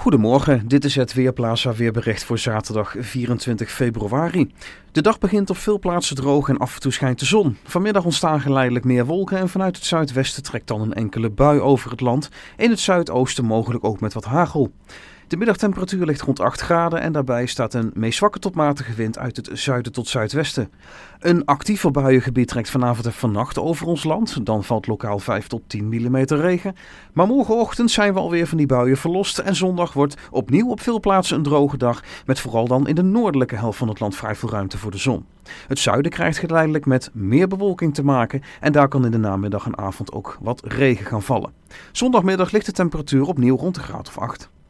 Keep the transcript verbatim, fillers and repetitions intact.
Goedemorgen, dit is het Weerplaza weerbericht voor zaterdag vierentwintig februari. De dag begint op veel plaatsen droog en af en toe schijnt de zon. Vanmiddag ontstaan geleidelijk meer wolken en vanuit het zuidwesten trekt dan een enkele bui over het land. In het zuidoosten mogelijk ook met wat hagel. De middagtemperatuur ligt rond acht graden en daarbij staat een meest zwakke tot matige wind uit het zuiden tot zuidwesten. Een actiever buiengebied trekt vanavond en vannacht over ons land. Dan valt lokaal vijf tot tien millimeter regen. Maar morgenochtend zijn we alweer van die buien verlost en zondag wordt opnieuw op veel plaatsen een droge dag. Met vooral dan in de noordelijke helft van het land vrij veel ruimte voor de zon. Het zuiden krijgt geleidelijk met meer bewolking te maken en daar kan in de namiddag en avond ook wat regen gaan vallen. Zondagmiddag ligt de temperatuur opnieuw rond de graad of acht.